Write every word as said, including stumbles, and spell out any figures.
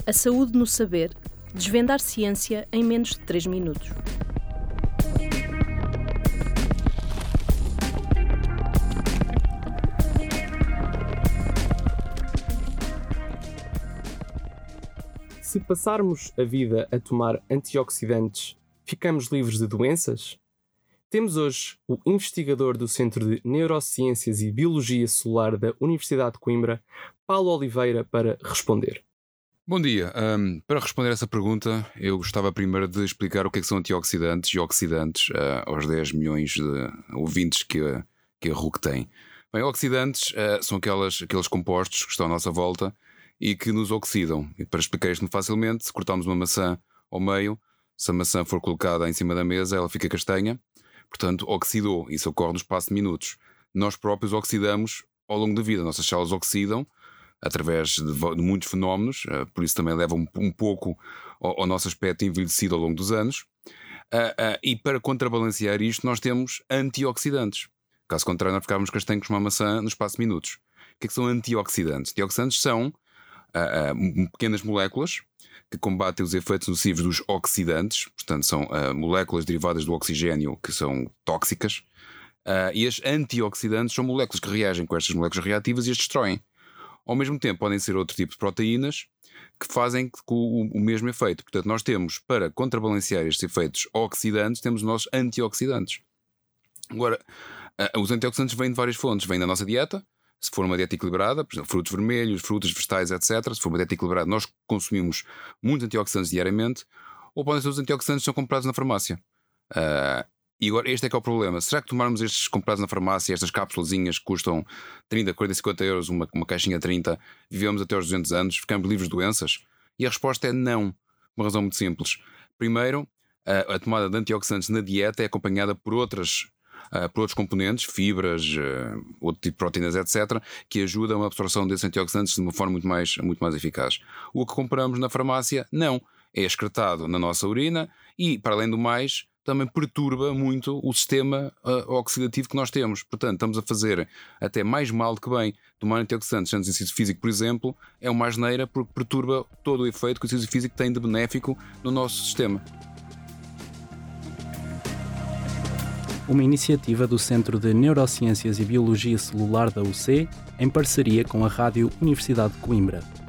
A saúde no saber. Desvendar ciência em menos de três minutos. Se passarmos a vida a tomar antioxidantes, ficamos livres de doenças? Temos hoje o investigador do Centro de Neurociências e Biologia Celular da Universidade de Coimbra, Paulo Oliveira, para responder. Bom dia. Um, para responder essa pergunta, eu gostava primeiro de explicar o que é que são antioxidantes e oxidantes uh, aos dez milhões de ouvintes que a, que a R U C tem. Bem, oxidantes uh, são aquelas, aqueles compostos que estão à nossa volta e que nos oxidam. E para explicar isto facilmente, se cortarmos uma maçã ao meio, se a maçã for colocada em cima da mesa, ela fica castanha, portanto oxidou. Isso ocorre no espaço de minutos. Nós próprios oxidamos ao longo da vida. Nossas células oxidam através de, de muitos fenómenos, uh, por isso também leva um, um pouco ao, ao nosso aspecto envelhecido ao longo dos anos. Uh, uh, e para contrabalancear isto, nós temos antioxidantes. Caso contrário, nós ficávamos castanhos com uma maçã no espaço de minutos. O que é que são antioxidantes? Antioxidantes são uh, uh, pequenas moléculas que combatem os efeitos nocivos dos oxidantes, portanto são uh, moléculas derivadas do oxigênio que são tóxicas, uh, e as antioxidantes são moléculas que reagem com estas moléculas reativas e as destroem. Ao mesmo tempo podem ser outro tipo de proteínas que fazem o, o mesmo efeito. Portanto, nós temos, para contrabalancear estes efeitos oxidantes, temos os nossos antioxidantes. Agora, uh, os antioxidantes vêm de várias fontes. Vêm da nossa dieta. Se for uma dieta equilibrada, por exemplo, frutos vermelhos, frutas, vegetais, etcétera. Se for uma dieta equilibrada, nós consumimos muitos antioxidantes diariamente. Ou podem ser os antioxidantes que são comprados na farmácia. Uh, e agora, este é que é o problema. Será que tomarmos estes comprados na farmácia, estas cápsulazinhas que custam trinta, quarenta, cinquenta euros, uma, uma caixinha trinta, vivemos até aos duzentos anos, ficamos livres de doenças? E a resposta é não. Uma razão muito simples. Primeiro, a, a tomada de antioxidantes na dieta é acompanhada por outras Uh, por outros componentes, fibras, uh, outro tipo de proteínas, etcétera, que ajudam a absorção desses antioxidantes de uma forma muito mais, muito mais eficaz. O que compramos na farmácia, não. É excretado na nossa urina e, para além do mais, também perturba muito o sistema uh, oxidativo que nós temos. Portanto, estamos a fazer até mais mal do que bem. Tomar antioxidantes antes do exercício físico, por exemplo, é uma asneira porque perturba todo o efeito que o exercício físico tem de benéfico no nosso sistema. Uma iniciativa do Centro de Neurociências e Biologia Celular da U C, em parceria com a Rádio Universidade de Coimbra.